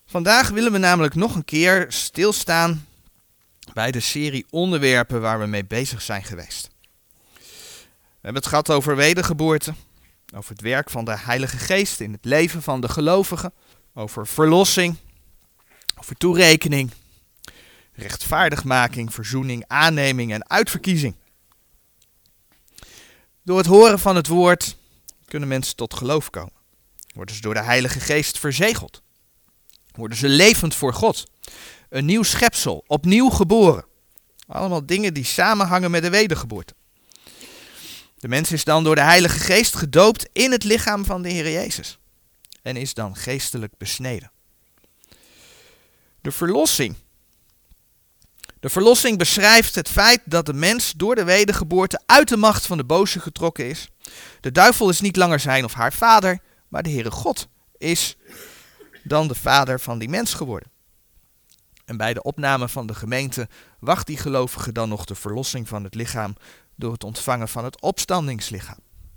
Vandaag willen we namelijk nog een keer stilstaan bij de serie onderwerpen waar we mee bezig zijn geweest. We hebben het gehad over wedergeboorte, over het werk van de Heilige Geest in het leven van de gelovigen, over verlossing, over toerekening, rechtvaardigmaking, verzoening, aanneming en uitverkiezing. Door het horen van het woord kunnen mensen tot geloof komen. Worden ze door de Heilige Geest verzegeld. Worden ze levend voor God. Een nieuw schepsel, opnieuw geboren. Allemaal dingen die samenhangen met de wedergeboorte. De mens is dan door de Heilige Geest gedoopt in het lichaam van de Heer Jezus. En is dan geestelijk besneden. De verlossing beschrijft het feit dat de mens door de wedergeboorte uit de macht van de boze getrokken is. De duivel is niet langer zijn of haar vader, maar de Heere God is dan de vader van die mens geworden. En bij de opname van de gemeente wacht die gelovige dan nog de verlossing van het lichaam door het ontvangen van het opstandingslichaam.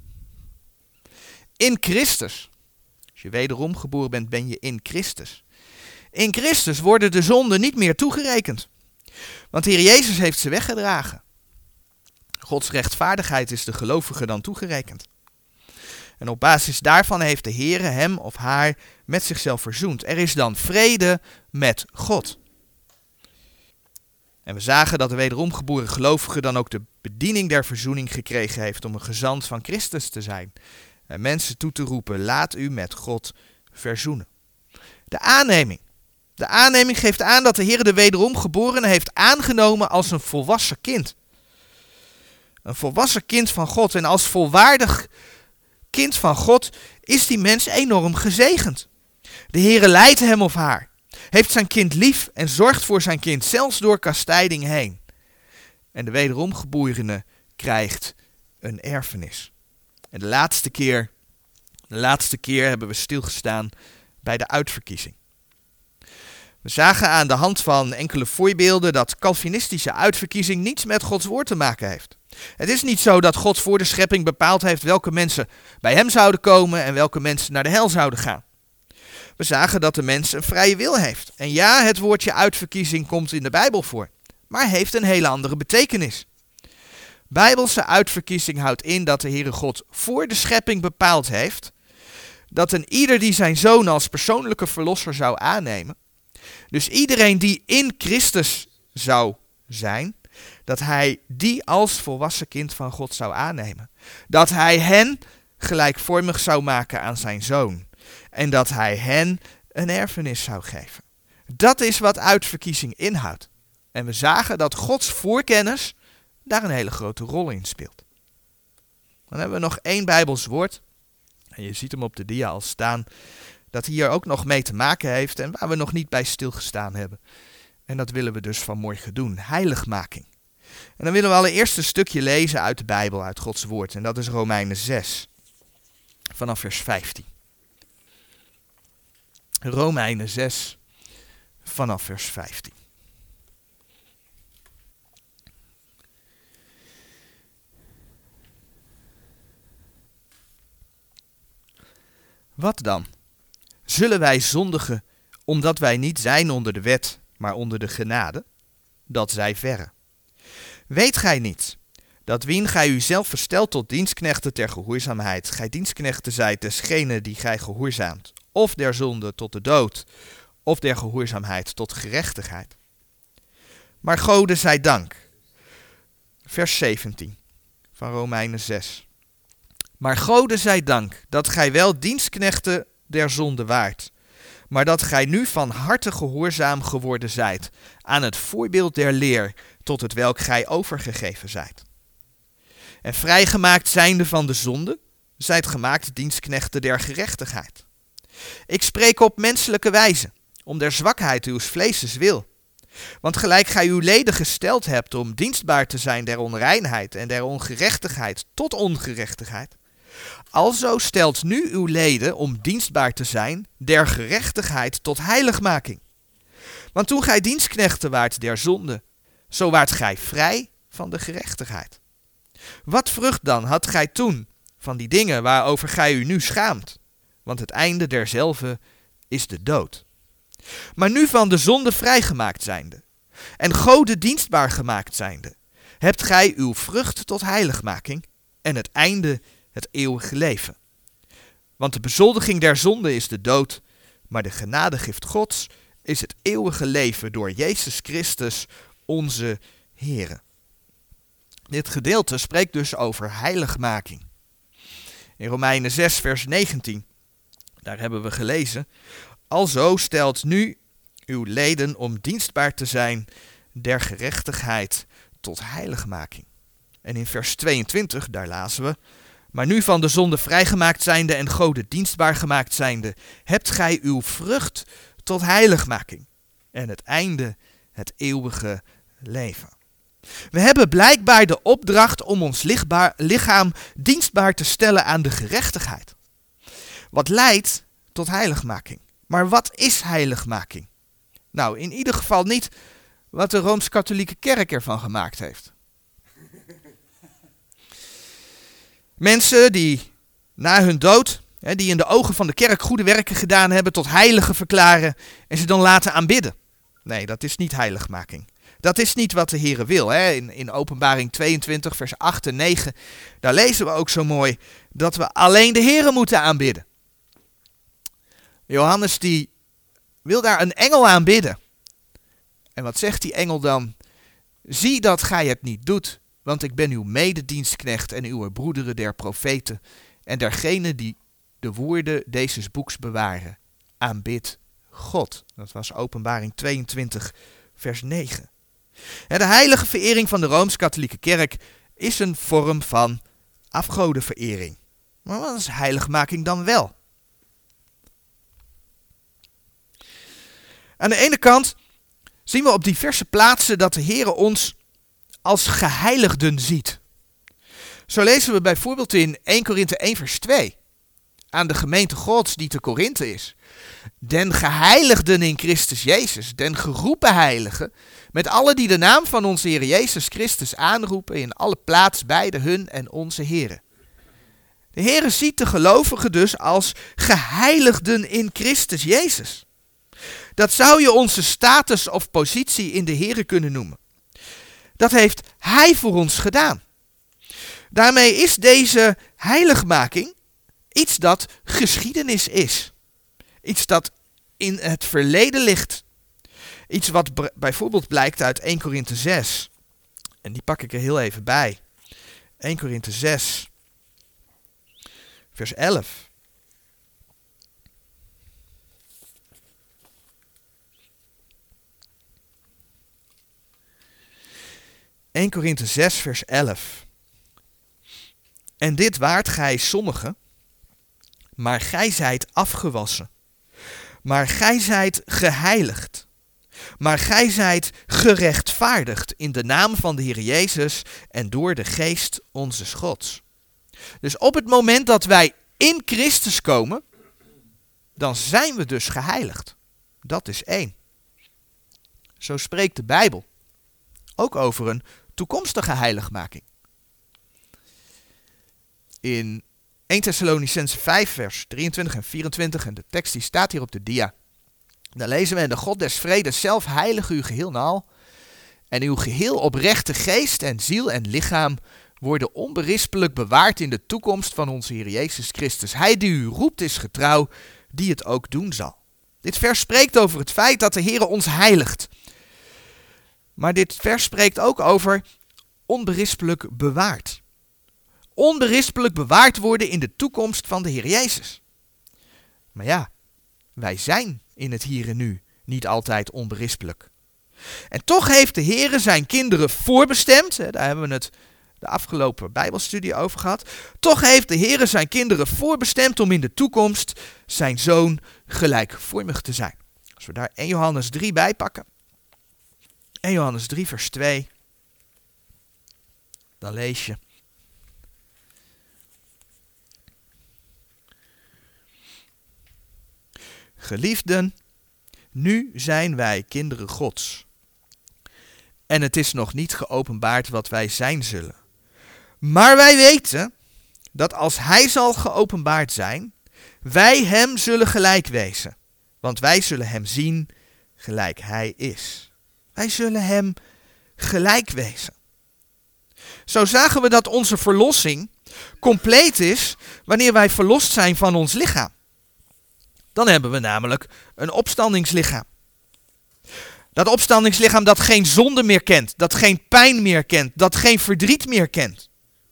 In Christus, als je wederom geboren bent, ben je in Christus. In Christus worden de zonden niet meer toegerekend. Want de Heer Jezus heeft ze weggedragen. Gods rechtvaardigheid is de gelovige dan toegerekend. En op basis daarvan heeft de Heer hem of haar met zichzelf verzoend. Er is dan vrede met God. En we zagen dat de wederom geboren gelovige dan ook de bediening der verzoening gekregen heeft om een gezant van Christus te zijn. En mensen toe te roepen, laat u met God verzoenen. De aanneming. De aanneming geeft aan dat de Heer de wederom geborene heeft aangenomen als een volwassen kind. Een volwassen kind van God. En als volwaardig kind van God is die mens enorm gezegend. De Heer leidt hem of haar. Heeft zijn kind lief en zorgt voor zijn kind zelfs door kastijding heen. En de wederom geborene krijgt een erfenis. En de laatste keer hebben we stilgestaan bij de uitverkiezing. We zagen aan de hand van enkele voorbeelden dat Calvinistische uitverkiezing niets met Gods woord te maken heeft. Het is niet zo dat God voor de schepping bepaald heeft welke mensen bij hem zouden komen en welke mensen naar de hel zouden gaan. We zagen dat de mens een vrije wil heeft. En ja, het woordje uitverkiezing komt in de Bijbel voor, maar heeft een hele andere betekenis. Bijbelse uitverkiezing houdt in dat de Heere God voor de schepping bepaald heeft dat een ieder die zijn zoon als persoonlijke verlosser zou aannemen, dus iedereen die in Christus zou zijn, dat hij die als volwassen kind van God zou aannemen. Dat hij hen gelijkvormig zou maken aan zijn zoon. En dat hij hen een erfenis zou geven. Dat is wat uitverkiezing inhoudt. En we zagen dat Gods voorkennis daar een hele grote rol in speelt. Dan hebben we nog 1 Bijbels woord. En je ziet hem op de dia al staan. Dat hier ook nog mee te maken heeft en waar we nog niet bij stilgestaan hebben. En dat willen we dus vanmorgen doen. Heiligmaking. En dan willen we allereerst een stukje lezen uit de Bijbel, uit Gods woord. En dat is Romeinen 6, vanaf vers 15. Romeinen 6, vanaf vers 15. Wat dan? Zullen wij zondigen, omdat wij niet zijn onder de wet, maar onder de genade? Dat zij verre. Weet gij niet, dat wien gij u zelf verstelt tot dienstknechten ter gehoorzaamheid, gij dienstknechten zijt desgene die gij gehoorzaamt, of der zonde tot de dood, of der gehoorzaamheid tot gerechtigheid. Maar Gode zij dank. Vers 17 van Romeinen 6. Maar Gode zij dank, dat gij wel dienstknechten der zonde waart, maar dat gij nu van harte gehoorzaam geworden zijt aan het voorbeeld der leer, tot het welk gij overgegeven zijt. En vrijgemaakt zijnde van de zonde, zijt gemaakt dienstknechten der gerechtigheid. Ik spreek op menselijke wijze, om der zwakheid uws vleeses wil. Want gelijk gij uw leden gesteld hebt om dienstbaar te zijn der onreinheid en der ongerechtigheid tot ongerechtigheid, alzo stelt nu uw leden om dienstbaar te zijn der gerechtigheid tot heiligmaking. Want toen gij dienstknechten waart der zonde, zo waart gij vrij van de gerechtigheid. Wat vrucht dan had gij toen van die dingen waarover gij u nu schaamt? Want het einde derzelve is de dood. Maar nu van de zonde vrijgemaakt zijnde en Gode dienstbaar gemaakt zijnde, hebt gij uw vrucht tot heiligmaking en het einde het eeuwige leven. Want de bezoldiging der zonde is de dood, maar de genadegift Gods is het eeuwige leven door Jezus Christus onze Heere. Dit gedeelte spreekt dus over heiligmaking. In Romeinen 6 vers 19, daar hebben we gelezen: alzo stelt nu uw leden om dienstbaar te zijn der gerechtigheid tot heiligmaking. En in vers 22, daar lazen we: maar nu van de zonde vrijgemaakt zijnde en Gode dienstbaar gemaakt zijnde, hebt gij uw vrucht tot heiligmaking en het einde het eeuwige leven. We hebben blijkbaar de opdracht om ons lichaam dienstbaar te stellen aan de gerechtigheid. Wat leidt tot heiligmaking. Maar wat is heiligmaking? Nou, in ieder geval niet wat de Rooms-Katholieke Kerk ervan gemaakt heeft. Mensen die na hun dood, die in de ogen van de kerk goede werken gedaan hebben, tot heiligen verklaren en ze dan laten aanbidden. Nee, dat is niet heiligmaking. Dat is niet wat de Heere wil. In Openbaring 22 vers 8 en 9, daar lezen we ook zo mooi dat we alleen de Heere moeten aanbidden. Johannes die wil daar een engel aanbidden. En wat zegt die engel dan? Zie dat gij het niet doet, want ik ben uw mededienstknecht en uw broederen der profeten en dergenen die de woorden deze boeks bewaren. Aanbid God. Dat was Openbaring 22 vers 9. De heilige verering van de Rooms-Katholieke Kerk is een vorm van afgodenverering. Maar wat is heiligmaking dan wel? Aan de ene kant zien we op diverse plaatsen dat de Heere ons als geheiligden ziet. Zo lezen we bijvoorbeeld in 1 Korinthe 1 vers 2 aan de gemeente Gods die te Korinthe is. Den geheiligden in Christus Jezus, den geroepen heiligen, met alle die de naam van onze Heer Jezus Christus aanroepen in alle plaats beide hun en onze Heere. De Heere ziet de gelovigen dus als geheiligden in Christus Jezus. Dat zou je onze status of positie in de Heere kunnen noemen. Dat heeft Hij voor ons gedaan. Daarmee is deze heiligmaking iets dat geschiedenis is. Iets dat in het verleden ligt. Iets wat bijvoorbeeld blijkt uit 1 Korinthe 6. En die pak ik er heel even bij. 1 Korinthe 6, vers 11. (1 Korinthe 6 vers 11). En dit waart gij sommigen, maar gij zijt afgewassen. Maar gij zijt geheiligd. Maar gij zijt gerechtvaardigd in de naam van de Heer Jezus en door de Geest onzes Gods. Dus op het moment dat wij in Christus komen, dan zijn we dus geheiligd. Dat is één. Zo spreekt de Bijbel ook over een toekomstige heiligmaking. In 1 Thessalonicenzen 5 vers 23 en 24, en de tekst die staat hier op de dia. Dan lezen we: en de God des vredes zelf heilige u geheel en al, en uw geheel oprechte geest en ziel en lichaam worden onberispelijk bewaard in de toekomst van onze Heer Jezus Christus. Hij die u roept is getrouw, die het ook doen zal. Dit vers spreekt over het feit dat de Heer ons heiligt. Maar dit vers spreekt ook over onberispelijk bewaard. Onberispelijk bewaard worden in de toekomst van de Heer Jezus. Maar ja, wij zijn in het hier en nu niet altijd onberispelijk. En toch heeft de Heer zijn kinderen voorbestemd. Daar hebben we het de afgelopen Bijbelstudie over gehad. Toch heeft de Heer zijn kinderen voorbestemd om in de toekomst zijn zoon gelijkvormig te zijn. Als we daar 1 Johannes 3 bij pakken. 1 Johannes 3 vers 2. Dan lees je: geliefden, nu zijn wij kinderen Gods. En het is nog niet geopenbaard wat wij zijn zullen. Maar wij weten dat als Hij zal geopenbaard zijn, wij Hem zullen gelijk wezen. Want wij zullen hem zien gelijk hij is. Wij zullen hem gelijk wezen. Zo zagen we dat onze verlossing compleet is wanneer wij verlost zijn van ons lichaam. Dan hebben we namelijk een opstandingslichaam. Dat opstandingslichaam dat geen zonde meer kent, dat geen pijn meer kent, dat geen verdriet meer kent.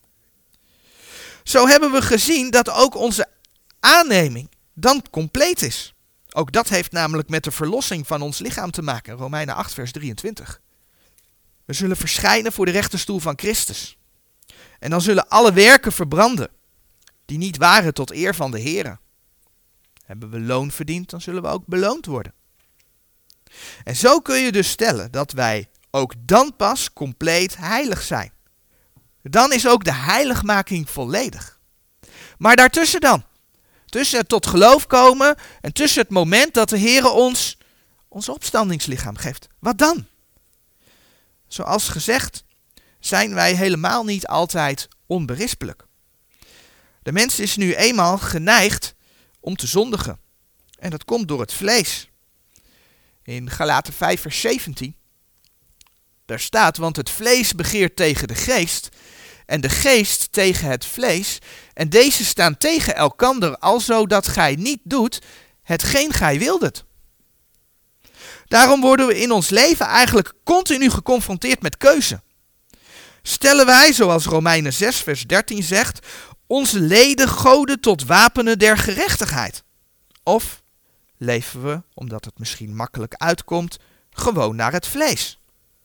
Zo hebben we gezien dat ook onze aanneming dan compleet is. Ook dat heeft namelijk met de verlossing van ons lichaam te maken. Romeinen 8 vers 23. We zullen verschijnen voor de rechterstoel van Christus. En dan zullen alle werken verbranden die niet waren tot eer van de Here. Hebben we loon verdiend, dan zullen we ook beloond worden. En zo kun je dus stellen dat wij ook dan pas compleet heilig zijn. Dan is ook de heiligmaking volledig. Maar daartussen dan, tussen het tot geloof komen en tussen het moment dat de Heere ons opstandingslichaam geeft. Wat dan? Zoals gezegd zijn wij helemaal niet altijd onberispelijk. De mens is nu eenmaal geneigd om te zondigen. En dat komt door het vlees. In Galaten 5 vers 17. Daar staat, want het vlees begeert tegen de geest en de geest tegen het vlees. En deze staan tegen elkander, alzo dat gij niet doet hetgeen gij wildet. Daarom worden we in ons leven eigenlijk continu geconfronteerd met keuze. Stellen wij, zoals Romeinen 6 vers 13 zegt, onze leden goden tot wapenen der gerechtigheid? Of leven we, omdat het misschien makkelijk uitkomt, gewoon naar het vlees?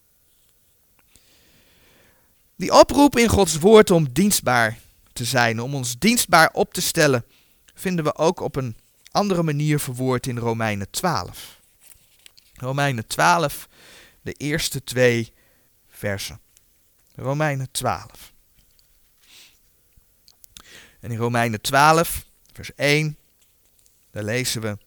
Die oproep in Gods woord om dienstbaar te zijn, om ons dienstbaar op te stellen, vinden we ook op een andere manier verwoord in Romeinen 12. Romeinen 12, de eerste 2 versen. Romeinen 12. En in Romeinen 12, vers 1, daar lezen we: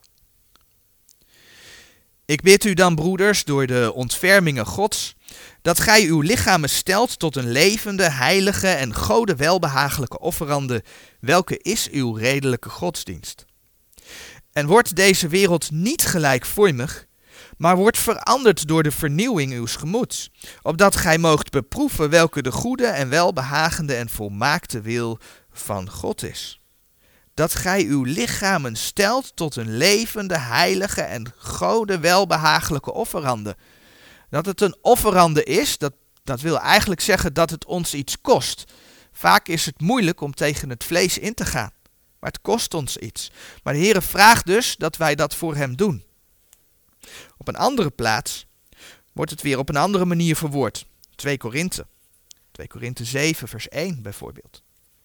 Ik bid u dan, broeders, door de ontfermingen Gods, dat gij uw lichamen stelt tot een levende, heilige en Gode welbehagelijke offerande, welke is uw redelijke godsdienst. En wordt deze wereld niet gelijkvormig, maar wordt veranderd door de vernieuwing uws gemoeds, opdat gij moogt beproeven welke de goede en welbehagende en volmaakte wil van God is. Dat gij uw lichamen stelt tot een levende, heilige en Gode welbehagelijke offerande. Dat het een offerande is, dat wil eigenlijk zeggen dat het ons iets kost. Vaak is het moeilijk om tegen het vlees in te gaan, maar het kost ons iets. Maar de Heere vraagt dus dat wij dat voor hem doen. Op een andere plaats wordt het weer op een andere manier verwoord. 2 Korinthe 7 vers 1 bijvoorbeeld.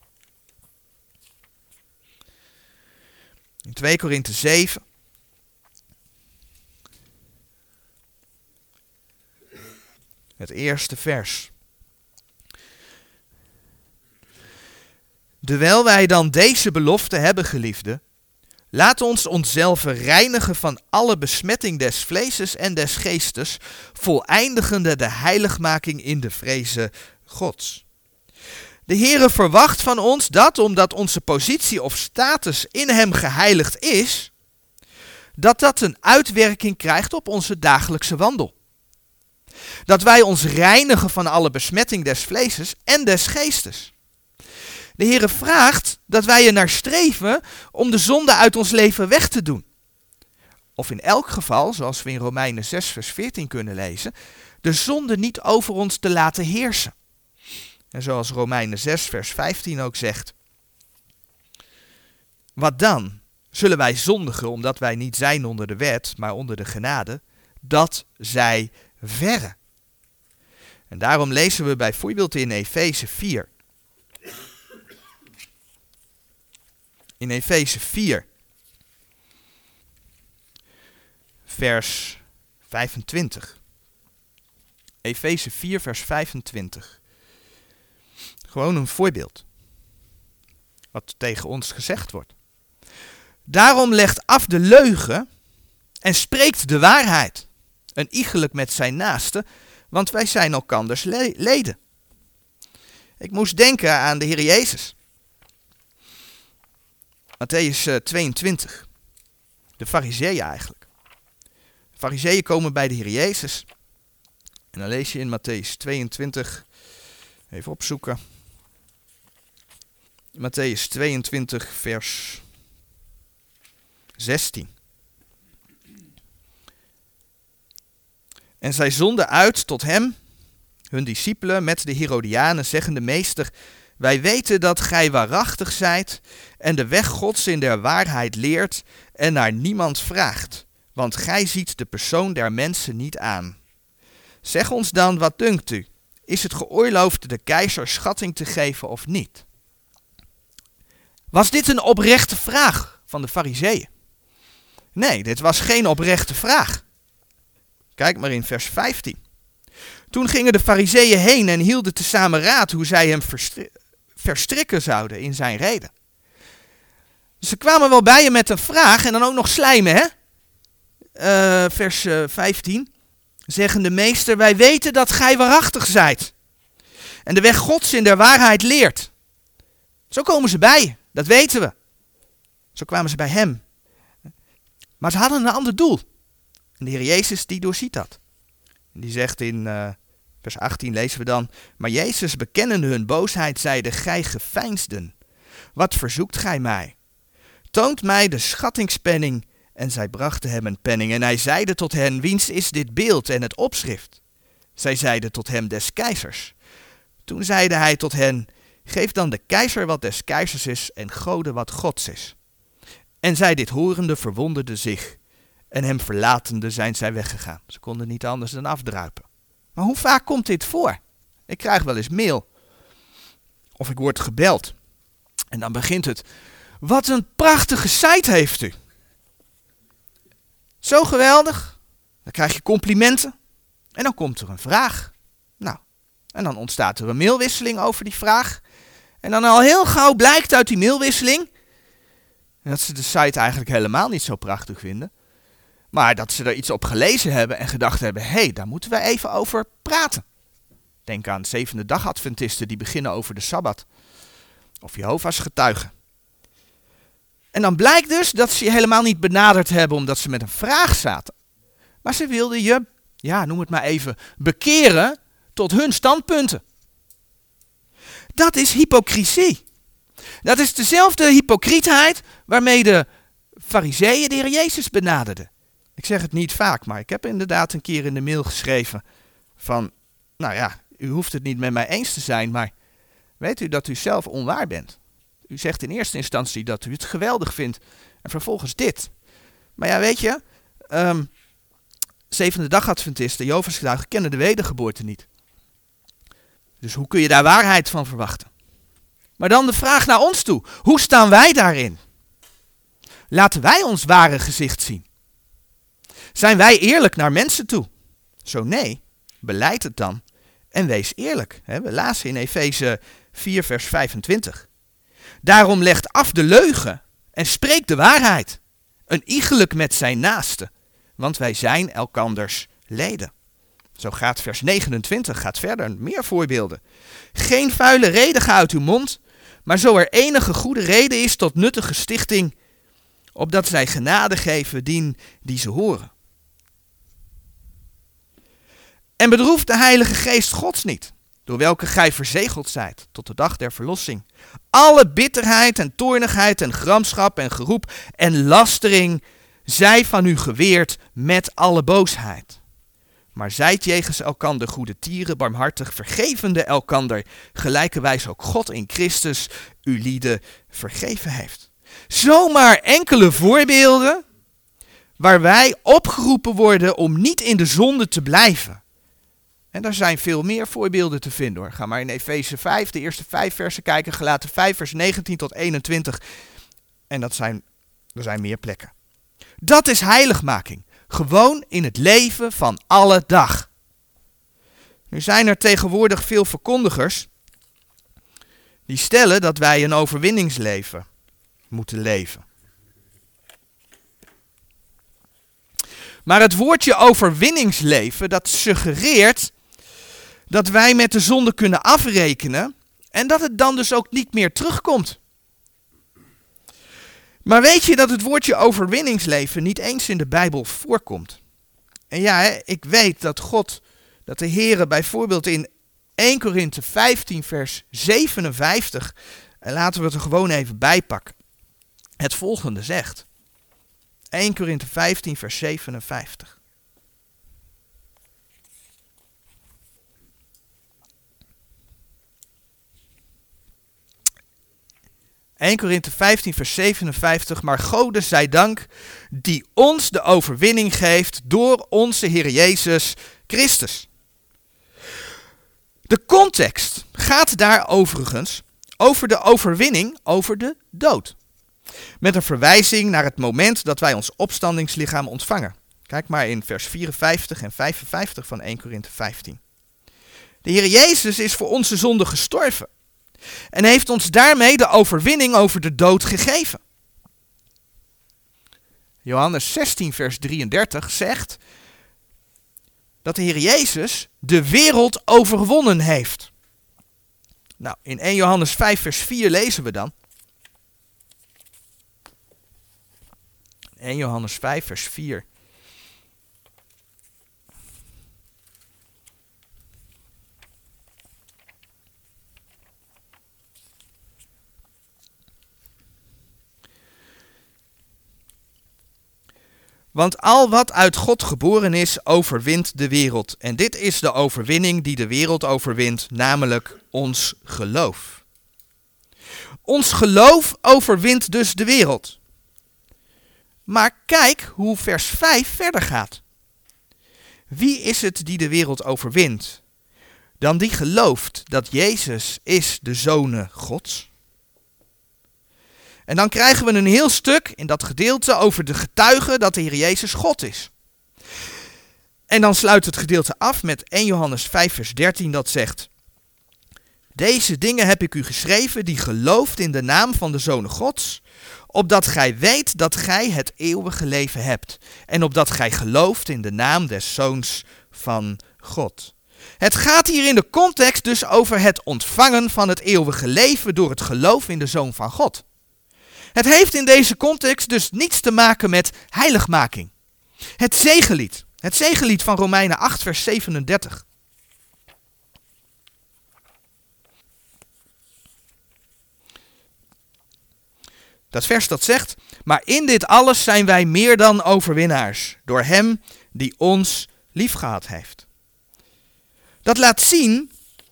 In 2 Korinthe 7. Het eerste vers. Dewijl wij dan deze belofte hebben, geliefden, laat ons onszelf reinigen van alle besmetting des vleeses en des geestes, voleindigende de heiligmaking in de vreze Gods. De Heere verwacht van ons dat, omdat onze positie of status in hem geheiligd is, dat een uitwerking krijgt op onze dagelijkse wandel. Dat wij ons reinigen van alle besmetting des vleeses en des geestes. De Heere vraagt dat wij er naar streven om de zonde uit ons leven weg te doen. Of in elk geval, zoals we in Romeinen 6 vers 14 kunnen lezen, de zonde niet over ons te laten heersen. En zoals Romeinen 6 vers 15 ook zegt. Wat dan? Zullen wij zondigen omdat wij niet zijn onder de wet, maar onder de genade? Dat zij verre. En daarom lezen we bijvoorbeeld in Efeze 4. In Efeze 4, vers 25. Efeze 4, vers 25. Gewoon een voorbeeld. Wat tegen ons gezegd wordt. Daarom legt af de leugen en spreekt de waarheid. Een iegelijk met zijn naaste, want wij zijn elkanders leden. Ik moest denken aan de Heer Jezus. Mattheüs 22. De Farizeeën eigenlijk. De Farizeeën komen bij de Heer Jezus. En dan lees je in Mattheüs 22, even opzoeken. Mattheüs 22 vers 16. En zij zonden uit tot hem, hun discipelen, met de Herodianen, zeggende: Meester, wij weten dat gij waarachtig zijt en de weg Gods in der waarheid leert en naar niemand vraagt, want gij ziet de persoon der mensen niet aan. Zeg ons dan, wat dunkt u? Is het geoorloofd de keizer schatting te geven of niet? Was dit een oprechte vraag van de Farizeeën? Nee, dit was geen oprechte vraag. Kijk maar in vers 15. Toen gingen de Farizeeën heen en hielden tezamen raad hoe zij hem verstrikken zouden in zijn reden. Dus ze kwamen wel bij hem met een vraag en dan ook nog slijmen, hè? Vers 15. Zeggende: Meester, wij weten dat gij waarachtig zijt en de weg Gods in der waarheid leert. Zo komen ze bij je, dat weten we. Zo kwamen ze bij hem. Maar ze hadden een ander doel. En de Heer Jezus die doorziet dat. En die zegt in vers 18 lezen we dan: Maar Jezus bekennende hun boosheid zeide: Gij geveinsden, wat verzoekt gij mij? Toont mij de schattingspenning. En zij brachten hem een penning. En hij zeide tot hen: Wiens is dit beeld en het opschrift? Zij zeiden tot hem: Des keizers. Toen zeide hij tot hen: Geef dan de keizer wat des keizers is en Gode wat Gods is. En zij dit horende verwonderden zich. En hem verlatende zijn zij weggegaan. Ze konden niet anders dan afdruipen. Maar hoe vaak komt dit voor? Ik krijg wel eens mail. Of ik word gebeld. En dan begint het: Wat een prachtige site heeft u. Zo geweldig. Dan krijg je complimenten. En dan komt er een vraag. Nou, en dan ontstaat er een mailwisseling over die vraag. En dan al heel gauw blijkt uit die mailwisseling dat ze de site eigenlijk helemaal niet zo prachtig vinden. Maar dat ze er iets op gelezen hebben en gedacht hebben: hé, daar moeten we even over praten. Denk aan zevende dag Adventisten die beginnen over de Sabbat. Of Jehovah's getuigen. En dan blijkt dus dat ze je helemaal niet benaderd hebben omdat ze met een vraag zaten. Maar ze wilden je, noem het maar even, bekeren tot hun standpunten. Dat is hypocrisie. Dat is dezelfde hypocrietheid waarmee de Farizeeën de Heer Jezus benaderden. Ik zeg het niet vaak, maar ik heb inderdaad een keer in de mail geschreven van: u hoeft het niet met mij eens te zijn, maar weet u dat u zelf onwaar bent? U zegt in eerste instantie dat u het geweldig vindt en vervolgens dit. Maar ja, weet je, zevende dag Adventisten, Jehovah's getuigen, kennen de wedergeboorte niet. Dus hoe kun je daar waarheid van verwachten? Maar dan de vraag naar ons toe. Hoe staan wij daarin? Laten wij ons ware gezicht zien. Zijn wij eerlijk naar mensen toe? Zo nee, belijd het dan en wees eerlijk. We lazen in Efeze 4 vers 25. Daarom legt af de leugen en spreekt de waarheid. Een iegelijk met zijn naaste, want wij zijn elkanders leden. Zo gaat vers 29 gaat verder, meer voorbeelden. Geen vuile reden gaat uit uw mond, maar zo er enige goede reden is tot nuttige stichting, opdat zij genade geven dien die ze horen. En bedroeft de Heilige Geest Gods niet, door welke gij verzegeld zijt tot de dag der verlossing. Alle bitterheid en toornigheid en gramschap en geroep en lastering zij van u geweerd met alle boosheid. Maar zijt jegens elkander goede tieren, barmhartig, vergevende elkander, gelijkerwijs ook God in Christus u lieden vergeven heeft. Zomaar enkele voorbeelden waar wij opgeroepen worden om niet in de zonde te blijven. En daar zijn veel meer voorbeelden te vinden hoor. Ga maar in Efeze 5, de eerste 5 versen kijken, Galaten 5 vers 19 tot 21. En er zijn meer plekken. Dat is heiligmaking. Gewoon in het leven van alle dag. Nu zijn er tegenwoordig veel verkondigers die stellen dat wij een overwinningsleven moeten leven. Maar het woordje overwinningsleven, dat suggereert dat wij met de zonde kunnen afrekenen en dat het dan dus ook niet meer terugkomt. Maar weet je dat het woordje overwinningsleven niet eens in de Bijbel voorkomt? En ja, ik weet dat de Heere bijvoorbeeld in 1 Korinthe 15 vers 57, en laten we het er gewoon even bij pakken, het volgende zegt. 1 Korinthe 15 vers 57. (1 Korinthe 15 vers 57), maar Gode zij dank, die ons de overwinning geeft door onze Heer Jezus Christus. De context gaat daar overigens over de overwinning over de dood. Met een verwijzing naar het moment dat wij ons opstandingslichaam ontvangen. Kijk maar in vers 54 en 55 van 1 Korinthe 15. De Heer Jezus is voor onze zonde gestorven. En heeft ons daarmee de overwinning over de dood gegeven. Johannes 16 vers 33 zegt dat de Heer Jezus de wereld overwonnen heeft. Nou, in 1 Johannes 5 vers 4 lezen we dan. 1 Johannes 5 vers 4. Want al wat uit God geboren is, overwint de wereld. En dit is de overwinning die de wereld overwint, namelijk ons geloof. Ons geloof overwint dus de wereld. Maar kijk hoe vers 5 verder gaat. Wie is het die de wereld overwint? Dan die gelooft dat Jezus is de Zoon Gods. En dan krijgen we een heel stuk in dat gedeelte over de getuige dat de Heer Jezus God is. En dan sluit het gedeelte af met 1 Johannes 5 vers 13 dat zegt: Deze dingen heb ik u geschreven die gelooft in de naam van de Zoon Gods, opdat gij weet dat gij het eeuwige leven hebt. En opdat gij gelooft in de naam des Zoons van God. Het gaat hier in de context dus over het ontvangen van het eeuwige leven door het geloof in de Zoon van God. Het heeft in deze context dus niets te maken met heiligmaking. Het zegenlied van Romeinen 8 vers 37. Dat vers dat zegt: Maar in dit alles zijn wij meer dan overwinnaars, door hem die ons liefgehad heeft. Dat laat zien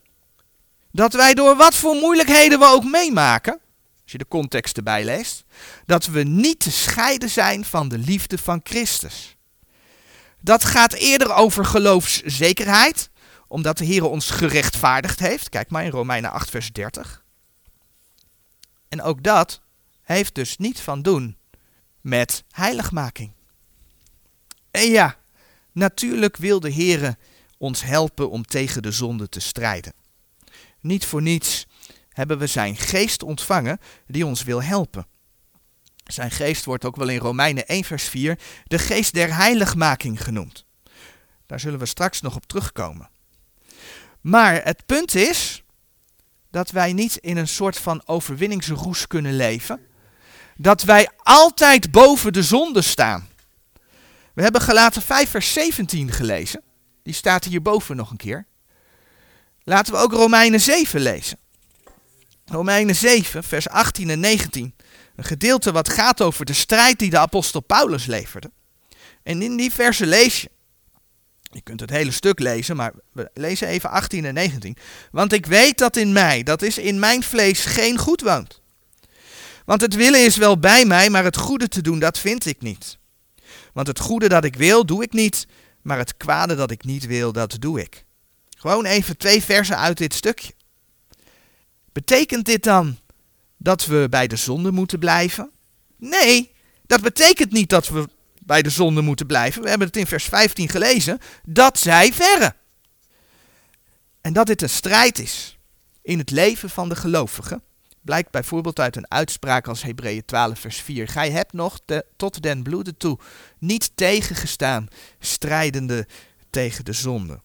dat wij door wat voor moeilijkheden we ook meemaken, als je de context erbij leest, dat we niet te scheiden zijn van de liefde van Christus. Dat gaat eerder over geloofszekerheid, omdat de Heer ons gerechtvaardigd heeft. Kijk maar in Romeinen 8 vers 30. En ook dat heeft dus niet van doen met heiligmaking. En ja, natuurlijk wil de Heer ons helpen om tegen de zonde te strijden. Niet voor niets hebben we zijn geest ontvangen die ons wil helpen. Zijn geest wordt ook wel in Romeinen 1 vers 4 de geest der heiligmaking genoemd. Daar zullen we straks nog op terugkomen. Maar het punt is dat wij niet in een soort van overwinningsroes kunnen leven. Dat wij altijd boven de zonde staan. We hebben Galaten 5 vers 17 gelezen. Die staat hierboven nog een keer. Laten we ook Romeinen 7 lezen. Romeinen 7 vers 18 en 19. Een gedeelte wat gaat over de strijd die de apostel Paulus leverde. En in die versen lees je. Je kunt het hele stuk lezen, maar we lezen even 18 en 19. Want ik weet dat in mij, dat is in mijn vlees, geen goed woont. Want het willen is wel bij mij, maar het goede te doen, dat vind ik niet. Want het goede dat ik wil, doe ik niet, maar het kwade dat ik niet wil, dat doe ik. Gewoon even 2 versen uit dit stukje. Betekent dit dan dat we bij de zonde moeten blijven? Nee, dat betekent niet dat we bij de zonde moeten blijven. We hebben het in vers 15 gelezen. Dat zij verre. En dat dit een strijd is in het leven van de gelovige, blijkt bijvoorbeeld uit een uitspraak als Hebreeën 12 vers 4. Gij hebt nog tot den bloede toe niet tegengestaan, strijdende tegen de zonde.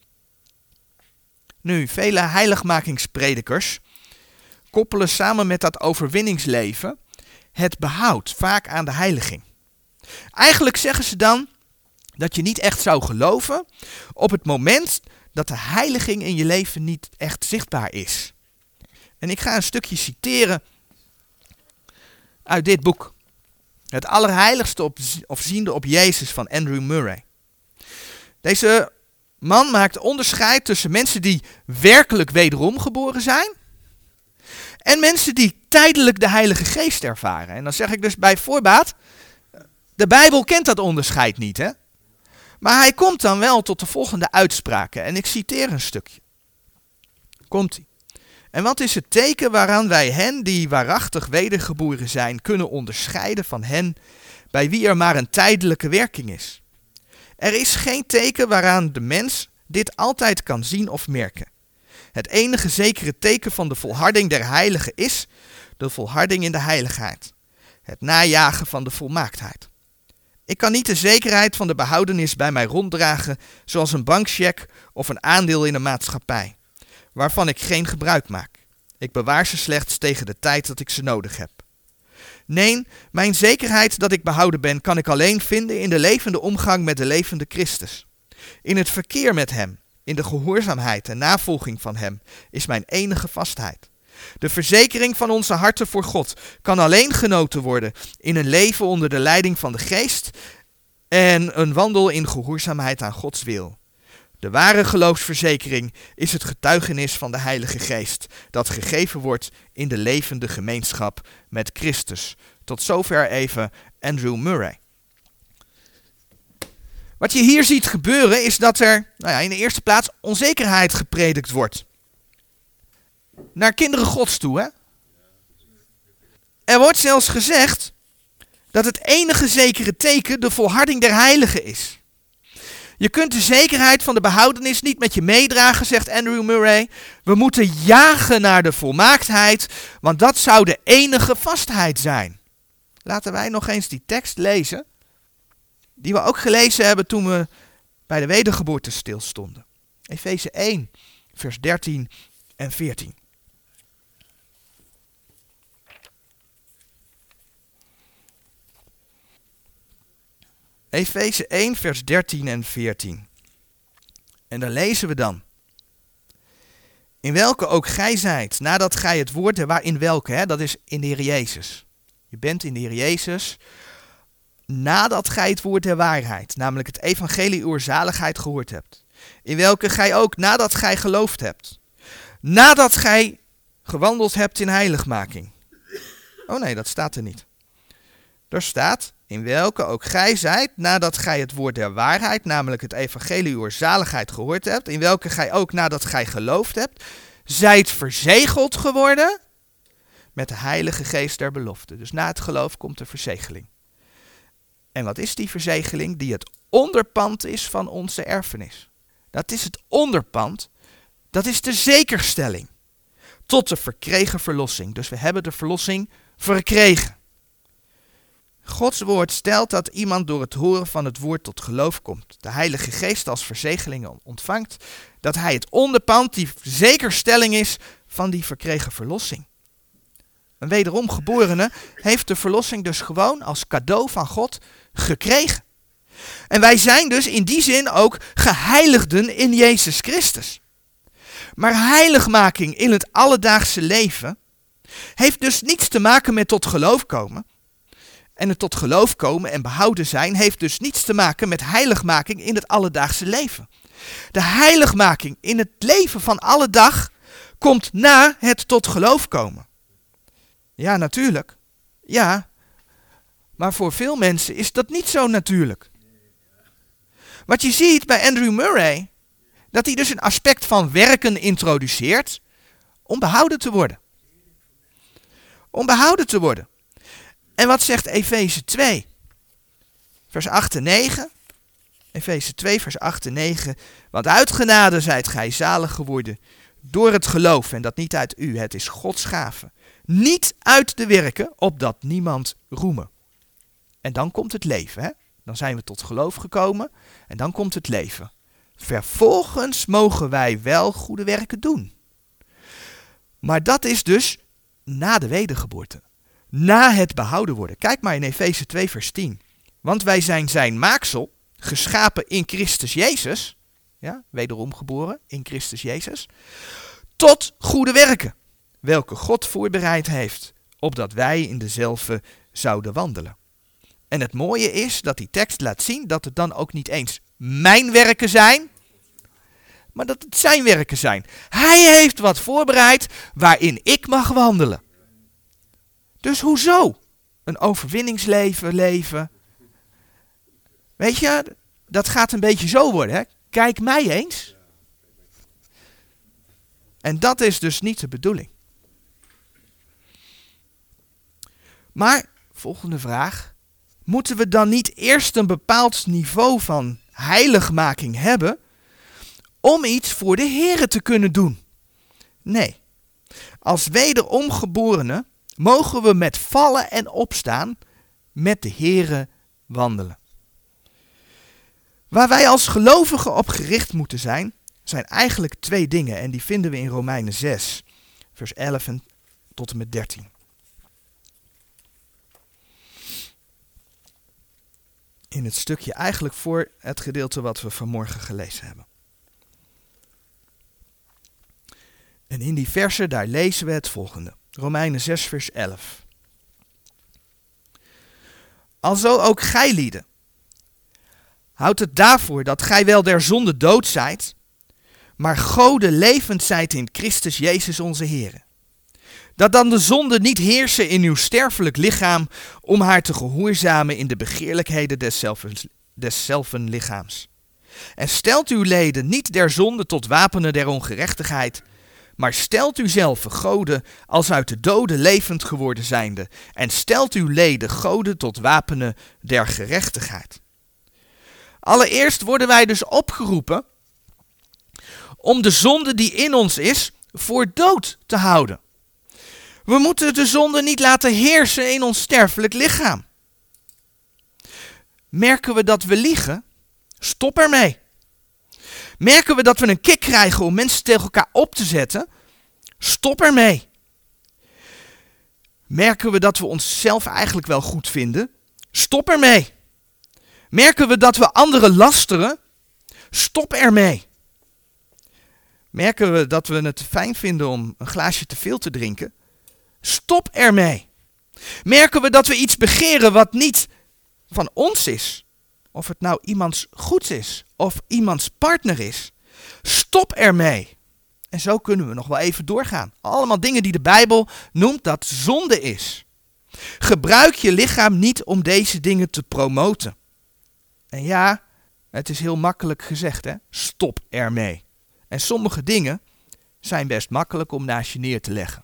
Nu, vele heiligmakingspredikers koppelen samen met dat overwinningsleven het behoud, vaak aan de heiliging. Eigenlijk zeggen ze dan dat je niet echt zou geloven op het moment dat de heiliging in je leven niet echt zichtbaar is. En ik ga een stukje citeren uit dit boek. Het Allerheiligste ziende op Jezus van Andrew Murray. Deze man maakt onderscheid tussen mensen die werkelijk wederom geboren zijn en mensen die tijdelijk de Heilige Geest ervaren. En dan zeg ik dus bij voorbaat, de Bijbel kent dat onderscheid niet, hè? Maar hij komt dan wel tot de volgende uitspraken. En ik citeer een stukje. Komt-ie. En wat is het teken waaraan wij hen die waarachtig wedergeboren zijn kunnen onderscheiden van hen bij wie er maar een tijdelijke werking is? Er is geen teken waaraan de mens dit altijd kan zien of merken. Het enige zekere teken van de volharding der heiligen is de volharding in de heiligheid. Het najagen van de volmaaktheid. Ik kan niet de zekerheid van de behoudenis bij mij ronddragen zoals een bankcheque of een aandeel in een maatschappij, waarvan ik geen gebruik maak. Ik bewaar ze slechts tegen de tijd dat ik ze nodig heb. Nee, mijn zekerheid dat ik behouden ben kan ik alleen vinden in de levende omgang met de levende Christus. In het verkeer met hem, in de gehoorzaamheid en navolging van hem, is mijn enige vastheid. De verzekering van onze harten voor God kan alleen genoten worden in een leven onder de leiding van de Geest en een wandel in gehoorzaamheid aan Gods wil. De ware geloofsverzekering is het getuigenis van de Heilige Geest, dat gegeven wordt in de levende gemeenschap met Christus. Tot zover even Andrew Murray. Wat je hier ziet gebeuren is dat er in de eerste plaats onzekerheid gepredikt wordt. Naar kinderen Gods toe, hè? Er wordt zelfs gezegd dat het enige zekere teken de volharding der heiligen is. Je kunt de zekerheid van de behoudenis niet met je meedragen, zegt Andrew Murray. We moeten jagen naar de volmaaktheid, want dat zou de enige vastheid zijn. Laten wij nog eens die tekst lezen, die we ook gelezen hebben toen we bij de wedergeboorte stilstonden. Efeze 1, vers 13 en 14. Efeze 1, vers 13 en 14. En daar lezen we dan. In welke ook gij zijt, nadat gij het woord, waarin welke, dat is in de Heer Jezus. Je bent in de Heer Jezus, nadat gij het woord der waarheid, namelijk het evangelie uwer zaligheid gehoord hebt. In welke gij ook, nadat gij geloofd hebt. Nadat gij gewandeld hebt in heiligmaking. Oh nee, dat staat er niet. Er staat, in welke ook gij zijt, nadat gij het woord der waarheid, namelijk het evangelie uwer zaligheid gehoord hebt, in welke gij ook, nadat gij geloofd hebt, zijt verzegeld geworden met de Heilige Geest der belofte. Dus na het geloof komt de verzegeling. En wat is die verzegeling? Die het onderpand is van onze erfenis. Dat is het onderpand, dat is de zekerstelling tot de verkregen verlossing. Dus we hebben de verlossing verkregen. Gods woord stelt dat iemand door het horen van het woord tot geloof komt. De Heilige Geest als verzegeling ontvangt. Dat hij het onderpand, die zekerstelling is van die verkregen verlossing. Een wederom geborene heeft de verlossing dus gewoon als cadeau van God gekregen. En wij zijn dus in die zin ook geheiligden in Jezus Christus. Maar heiligmaking in het alledaagse leven heeft dus niets te maken met tot geloof komen. En het tot geloof komen en behouden zijn heeft dus niets te maken met heiligmaking in het alledaagse leven. De heiligmaking in het leven van alle dag komt na het tot geloof komen. Ja, natuurlijk. Ja, maar voor veel mensen is dat niet zo natuurlijk. Wat je ziet bij Andrew Murray, dat hij dus een aspect van werken introduceert om behouden te worden. Om behouden te worden. En wat zegt Efeze 2, vers 8 en 9? Efeze 2, vers 8 en 9. Want uit genade zijt gij zalig geworden door het geloof, en dat niet uit u, het is Gods gave. Niet uit de werken, opdat niemand roeme. En dan komt het leven, hè? Dan zijn we tot geloof gekomen en dan komt het leven. Vervolgens mogen wij wel goede werken doen. Maar dat is dus na de wedergeboorte. na het behouden worden. Kijk maar in Efeze 2 vers 10. Want wij zijn zijn maaksel, geschapen in Christus Jezus, ja, wederom geboren in Christus Jezus, tot goede werken, welke God voorbereid heeft, opdat wij in dezelfde zouden wandelen. En het mooie is dat die tekst laat zien dat het dan ook niet eens mijn werken zijn, maar dat het zijn werken zijn. Hij heeft wat voorbereid waarin ik mag wandelen. Dus hoezo? Een overwinningsleven leven. Weet je, dat gaat een beetje zo worden. Hè? Kijk mij eens. En dat is dus niet de bedoeling. Maar, volgende vraag. Moeten we dan niet eerst een bepaald niveau van heiligmaking hebben om iets voor de Here te kunnen doen? Nee. Als wederomgeborenen mogen we met vallen en opstaan met de Here wandelen. Waar wij als gelovigen op gericht moeten zijn, zijn eigenlijk 2 dingen. En die vinden we in Romeinen 6, vers 11 tot en met 13. In het stukje eigenlijk voor het gedeelte wat we vanmorgen gelezen hebben. En in die versen, daar lezen we het volgende. Romeinen 6 vers 11. Alzo ook gij lieden. Houdt het daarvoor dat gij wel der zonde dood zijt, maar Gode levend zijt in Christus Jezus onze Heere. Dat dan de zonde niet heersen in uw sterfelijk lichaam, om haar te gehoorzamen in de begeerlijkheden deszelfen lichaams. En stelt uw leden niet der zonde tot wapenen der ongerechtigheid, maar stelt u zelf Gode als uit de doden levend geworden zijnde, en stelt uw leden Gode tot wapenen der gerechtigheid. Allereerst worden wij dus opgeroepen om de zonde die in ons is voor dood te houden. We moeten de zonde niet laten heersen in ons sterfelijk lichaam. Merken we dat we liegen? Stop ermee. Merken we dat we een kick krijgen om mensen tegen elkaar op te zetten? Stop ermee. Merken we dat we onszelf eigenlijk wel goed vinden? Stop ermee. Merken we dat we anderen lasteren? Stop ermee. Merken we dat we het fijn vinden om een glaasje te veel te drinken? Stop ermee. Merken we dat we iets begeren wat niet van ons is? Of het nou iemands goeds is of iemands partner is? Stop ermee. En zo kunnen we nog wel even doorgaan. Allemaal dingen die de Bijbel noemt dat zonde is. Gebruik je lichaam niet om deze dingen te promoten. En ja, het is heel makkelijk gezegd, hè? Stop ermee. En sommige dingen zijn best makkelijk om naast je neer te leggen.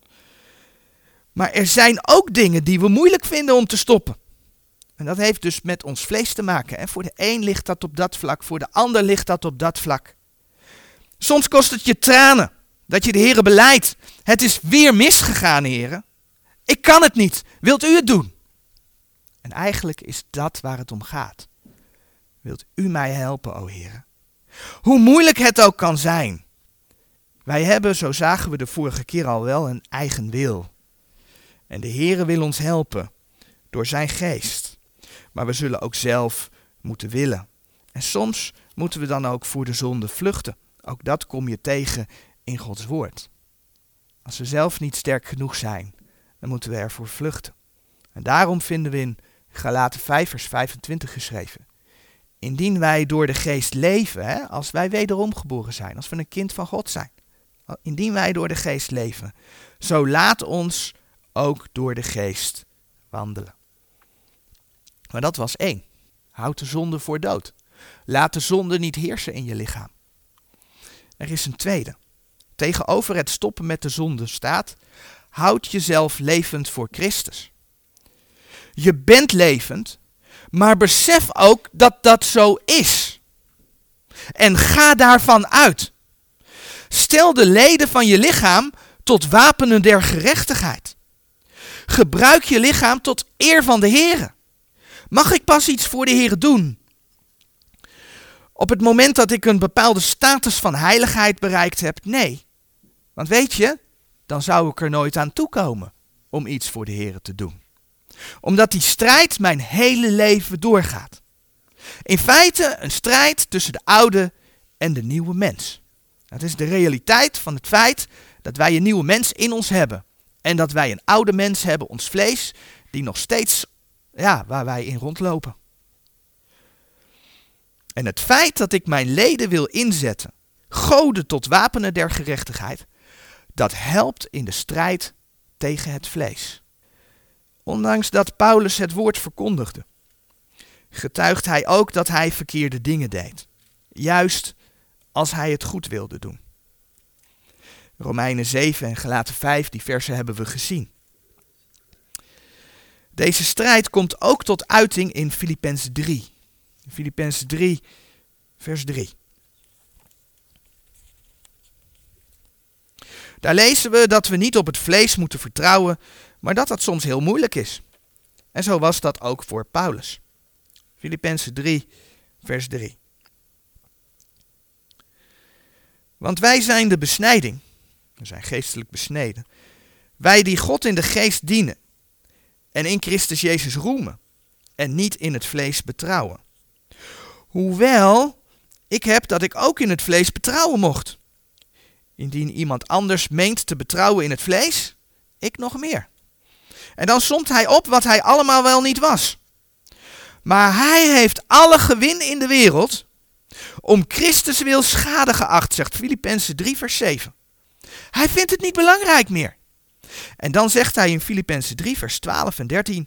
Maar er zijn ook dingen die we moeilijk vinden om te stoppen. En dat heeft dus met ons vlees te maken. En voor de een ligt dat op dat vlak, voor de ander ligt dat op dat vlak. Soms kost het je tranen dat je de Heere belijdt. Het is weer misgegaan, Heere. Ik kan het niet. Wilt u het doen? En eigenlijk is dat waar het om gaat. Wilt u mij helpen, o Heere? Hoe moeilijk het ook kan zijn. Wij hebben, zo zagen we de vorige keer al wel, een eigen wil. En de Heere wil ons helpen door zijn geest. Maar we zullen ook zelf moeten willen. En soms moeten we dan ook voor de zonde vluchten. Ook dat kom je tegen in Gods woord. Als we zelf niet sterk genoeg zijn, dan moeten we ervoor vluchten. En daarom vinden we in Galaten 5 vers 25 geschreven. Indien wij door de geest leven, hè, als wij wederom geboren zijn, als we een kind van God zijn. Indien wij door de geest leven, zo laat ons ook door de geest wandelen. Maar dat was 1. Houd de zonde voor dood. Laat de zonde niet heersen in je lichaam. Er is een tweede. Tegenover het stoppen met de zonde staat, houd jezelf levend voor Christus. Je bent levend, maar besef ook dat dat zo is. En ga daarvan uit. Stel de leden van je lichaam tot wapenen der gerechtigheid. Gebruik je lichaam tot eer van de Heere. Mag ik pas iets voor de Heere doen? Op het moment dat ik een bepaalde status van heiligheid bereikt heb? Nee. Want weet je, dan zou ik er nooit aan toekomen. om iets voor de Heer te doen. Omdat die strijd mijn hele leven doorgaat. In feite een strijd tussen de oude en de nieuwe mens. Dat is de realiteit van het feit dat wij een nieuwe mens in ons hebben. En dat wij een oude mens hebben, ons vlees, die nog steeds, waar wij in rondlopen. En het feit dat ik mijn leden wil inzetten, goden tot wapenen der gerechtigheid, dat helpt in de strijd tegen het vlees. Ondanks dat Paulus het woord verkondigde, getuigt hij ook dat hij verkeerde dingen deed. Juist als hij het goed wilde doen. Romeinen 7 en Galaten 5, die versen hebben we gezien. Deze strijd komt ook tot uiting in Filippenzen 3. Filippenzen 3, vers 3. Daar lezen we dat we niet op het vlees moeten vertrouwen, maar dat soms heel moeilijk is. En zo was dat ook voor Paulus. Filippenzen 3, vers 3. Want wij zijn de besnijding, we zijn geestelijk besneden, wij die God in de geest dienen en in Christus Jezus roemen en niet in het vlees betrouwen. Hoewel ik heb dat ik ook in het vlees betrouwen mocht. Indien iemand anders meent te betrouwen in het vlees, ik nog meer. En dan somt hij op wat hij allemaal wel niet was. Maar hij heeft alle gewin in de wereld om Christus wil schade geacht, zegt Filippenzen 3 vers 7. Hij vindt het niet belangrijk meer. En dan zegt hij in Filippenzen 3 vers 12 en 13.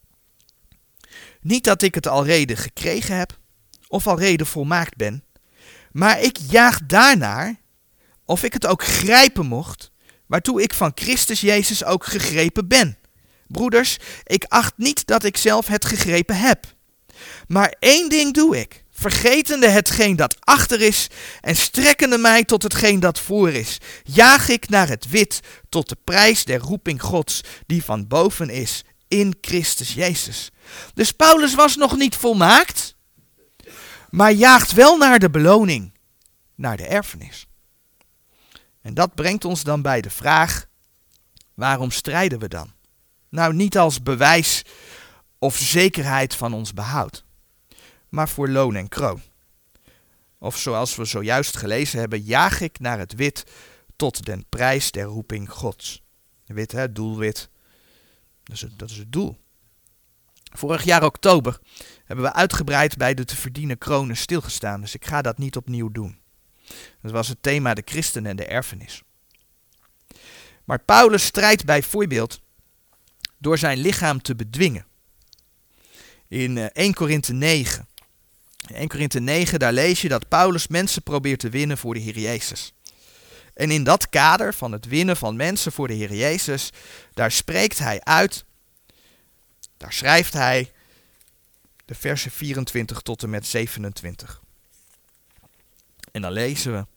Niet dat ik het alrede gekregen heb, of alrede volmaakt ben, maar ik jaag daarnaar, of ik het ook grijpen mocht, waartoe ik van Christus Jezus ook gegrepen ben. Broeders, ik acht niet dat ik zelf het gegrepen heb. Maar één ding doe ik, vergetende hetgeen dat achter is en strekkende mij tot hetgeen dat voor is, jaag ik naar het wit tot de prijs der roeping Gods, die van boven is, in Christus Jezus. Dus Paulus was nog niet volmaakt, maar jaagt wel naar de beloning, naar de erfenis. En dat brengt ons dan bij de vraag, waarom strijden we dan? Nou, niet als bewijs of zekerheid van ons behoud, maar voor loon en kroon. Of zoals we zojuist gelezen hebben, jaag ik naar het wit tot den prijs der roeping Gods. Wit, hè, doelwit, dat is het doel. Vorig jaar oktober hebben we uitgebreid bij de te verdienen kronen stilgestaan, dus ik ga dat niet opnieuw doen. Dat was het thema de christen en de erfenis. Maar Paulus strijdt bijvoorbeeld door zijn lichaam te bedwingen. In 1 Korinthe 9. In 1 Korinthe 9, daar lees je dat Paulus mensen probeert te winnen voor de Heer Jezus. En in dat kader van het winnen van mensen voor de Heer Jezus, daar spreekt hij uit, daar schrijft hij de versen 24 tot en met 27. En dan lezen we.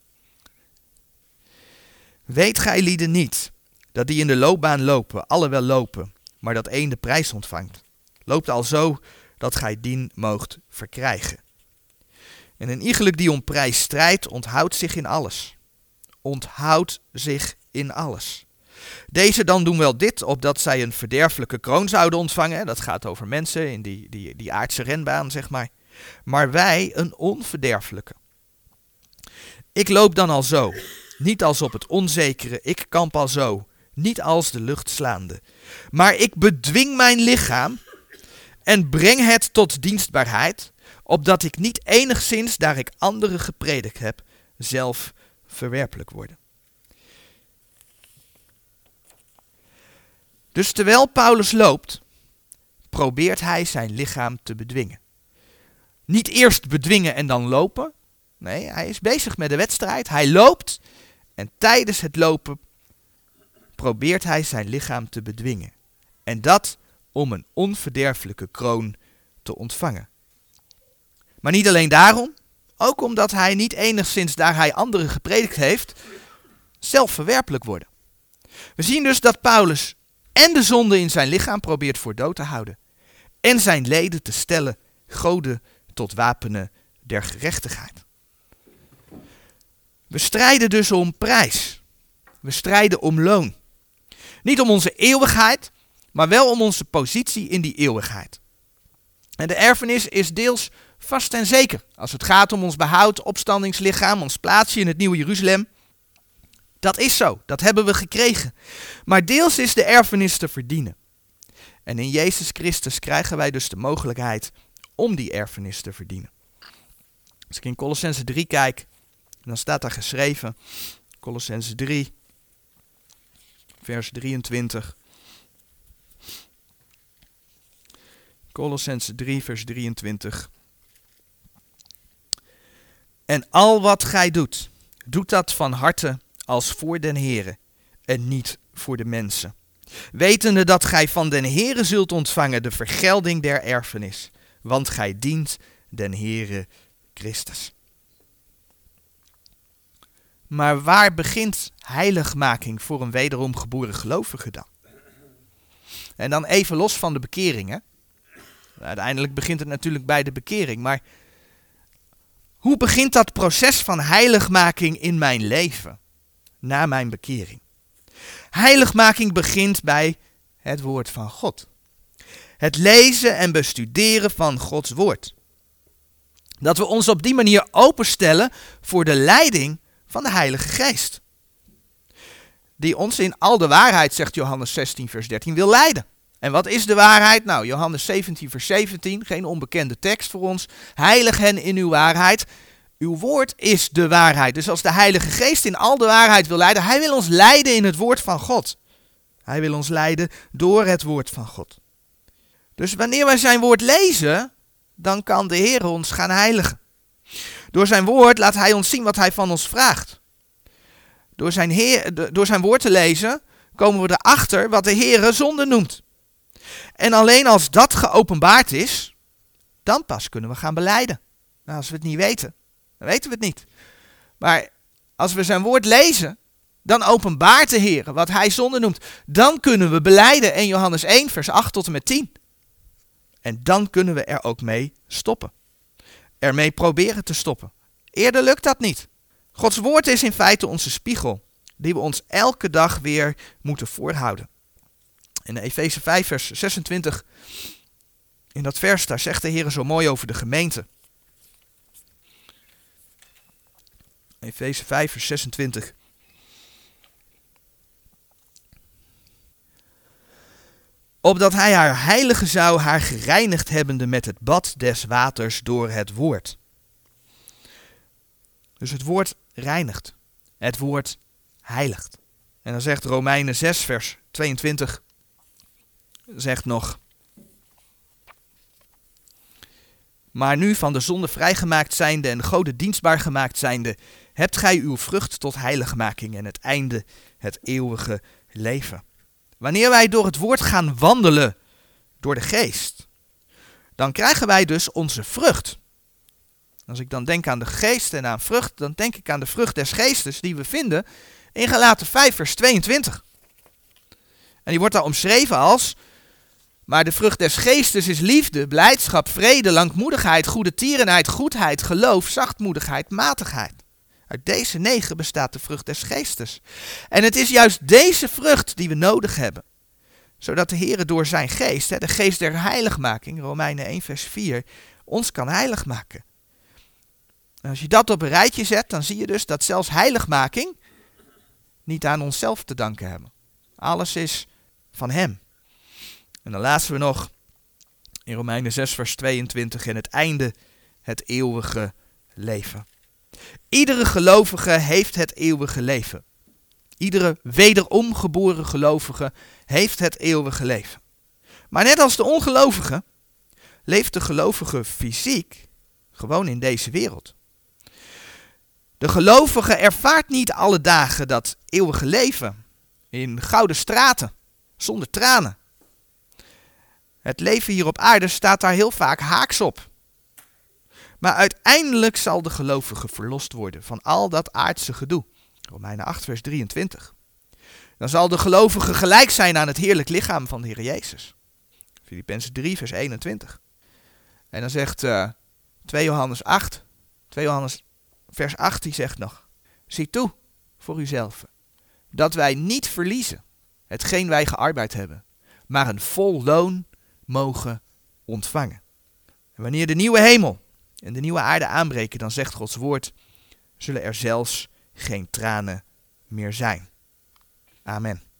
Weet gij lieden niet, dat die in de loopbaan lopen, alle wel lopen, maar dat één de prijs ontvangt. Loopt al zo, dat gij dien moogt verkrijgen. En een iegelijk die om prijs strijdt, onthoudt zich in alles. Onthoudt zich in alles. Deze dan doen wel dit, opdat zij een verderfelijke kroon zouden ontvangen. Dat gaat over mensen in die aardse renbaan, zeg maar. Maar wij een onverderfelijke. Ik loop dan al zo, niet als op het onzekere, ik kamp al zo, niet als de lucht slaande. Maar ik bedwing mijn lichaam en breng het tot dienstbaarheid, opdat ik niet enigszins, daar ik anderen gepredikt heb, zelf verwerpelijk worden. Dus terwijl Paulus loopt, probeert hij zijn lichaam te bedwingen. Niet eerst bedwingen en dan lopen. Nee, hij is bezig met de wedstrijd. Hij loopt en tijdens het lopen probeert hij zijn lichaam te bedwingen. En dat om een onverderfelijke kroon te ontvangen. Maar niet alleen daarom, ook omdat hij niet enigszins, daar hij anderen gepredikt heeft, zelf verwerpelijk worden. We zien dus dat Paulus en de zonde in zijn lichaam probeert voor dood te houden. En zijn leden te stellen, goden tot wapenen der gerechtigheid. We strijden dus om prijs. We strijden om loon. Niet om onze eeuwigheid, maar wel om onze positie in die eeuwigheid. En de erfenis is deels vast en zeker, als het gaat om ons behoud, opstandingslichaam, ons plaatsje in het nieuwe Jeruzalem. Dat is zo, dat hebben we gekregen. Maar deels is de erfenis te verdienen. En in Jezus Christus krijgen wij dus de mogelijkheid om die erfenis te verdienen. Als ik in Kolossenzen 3 kijk, dan staat daar geschreven, Kolossenzen 3, vers 23. Kolossenzen 3, vers 23. En al wat gij doet, doet dat van harte als voor den Heere en niet voor de mensen. Wetende dat gij van den Heere zult ontvangen de vergelding der erfenis, want gij dient den Heere Christus. Maar waar begint heiligmaking voor een wederom geboren gelovige dan? En dan even los van de bekering, hè? Uiteindelijk begint het natuurlijk bij de bekering, maar hoe begint dat proces van heiligmaking in mijn leven na mijn bekering? Heiligmaking begint bij het woord van God. Het lezen en bestuderen van Gods woord. Dat we ons op die manier openstellen voor de leiding van de Heilige Geest. Die ons in al de waarheid, zegt Johannes 16 vers 13, wil leiden. En wat is de waarheid? Nou, Johannes 17 vers 17, geen onbekende tekst voor ons. Heilig hen in uw waarheid. Uw woord is de waarheid. Dus als de Heilige Geest in al de waarheid wil leiden, hij wil ons leiden in het woord van God. Hij wil ons leiden door het woord van God. Dus wanneer wij zijn woord lezen, dan kan de Heer ons gaan heiligen. Door zijn woord laat hij ons zien wat hij van ons vraagt. Door zijn woord te lezen komen we erachter wat de Heer zonde noemt. En alleen als dat geopenbaard is, dan pas kunnen we gaan belijden. Nou, als we het niet weten, dan weten we het niet. Maar als we zijn woord lezen, dan openbaart de Heer wat hij zonde noemt. Dan kunnen we belijden in Johannes 1 vers 8 tot en met 10. En dan kunnen we er ook mee stoppen. Ermee proberen te stoppen. Eerder lukt dat niet. Gods woord is in feite onze spiegel, die we ons elke dag weer moeten voorhouden. In Efeze 5 vers 26, in dat vers, daar zegt de Heer zo mooi over de gemeente. Efeze 5 vers 26. Opdat hij haar heiligen zou, haar gereinigd hebbende met het bad des waters door het woord. Dus het woord reinigt. Het woord heiligt. En dan zegt Romeinen 6 vers 22, zegt nog. Maar nu van de zonde vrijgemaakt zijnde en Gode dienstbaar gemaakt zijnde, hebt gij uw vrucht tot heiligmaking en het einde het eeuwige leven. Wanneer wij door het woord gaan wandelen door de geest, dan krijgen wij dus onze vrucht. Als ik dan denk aan de geest en aan vrucht, dan denk ik aan de vrucht des geestes die we vinden in Galaten 5 vers 22. En die wordt daar omschreven als, maar de vrucht des geestes is liefde, blijdschap, vrede, langmoedigheid, goede tierenheid, goedheid, geloof, zachtmoedigheid, matigheid. Uit deze 9 bestaat de vrucht des geestes. En het is juist deze vrucht die we nodig hebben. Zodat de Heer door zijn geest, de geest der heiligmaking, Romeinen 1 vers 4, ons kan heilig maken. En als je dat op een rijtje zet, dan zie je dus dat zelfs heiligmaking niet aan onszelf te danken hebben. Alles is van hem. En dan laten we nog in Romeinen 6 vers 22 en het einde het eeuwige leven. Iedere gelovige heeft het eeuwige leven. Iedere wederom geboren gelovige heeft het eeuwige leven. Maar net als de ongelovige leeft de gelovige fysiek gewoon in deze wereld. De gelovige ervaart niet alle dagen dat eeuwige leven in gouden straten, zonder tranen. Het leven hier op aarde staat daar heel vaak haaks op. Maar uiteindelijk zal de gelovige verlost worden van al dat aardse gedoe. Romeinen 8 vers 23. Dan zal de gelovige gelijk zijn aan het heerlijk lichaam van de Heer Jezus. Filippenzen 3 vers 21. En dan zegt 2 Johannes 8, 2 Johannes vers 8, die zegt nog. Zie toe voor uzelf, dat wij niet verliezen hetgeen wij gearbeid hebben. maar een vol loon mogen ontvangen. En wanneer de nieuwe hemel en de nieuwe aarde aanbreken, dan zegt Gods woord, zullen er zelfs geen tranen meer zijn. Amen.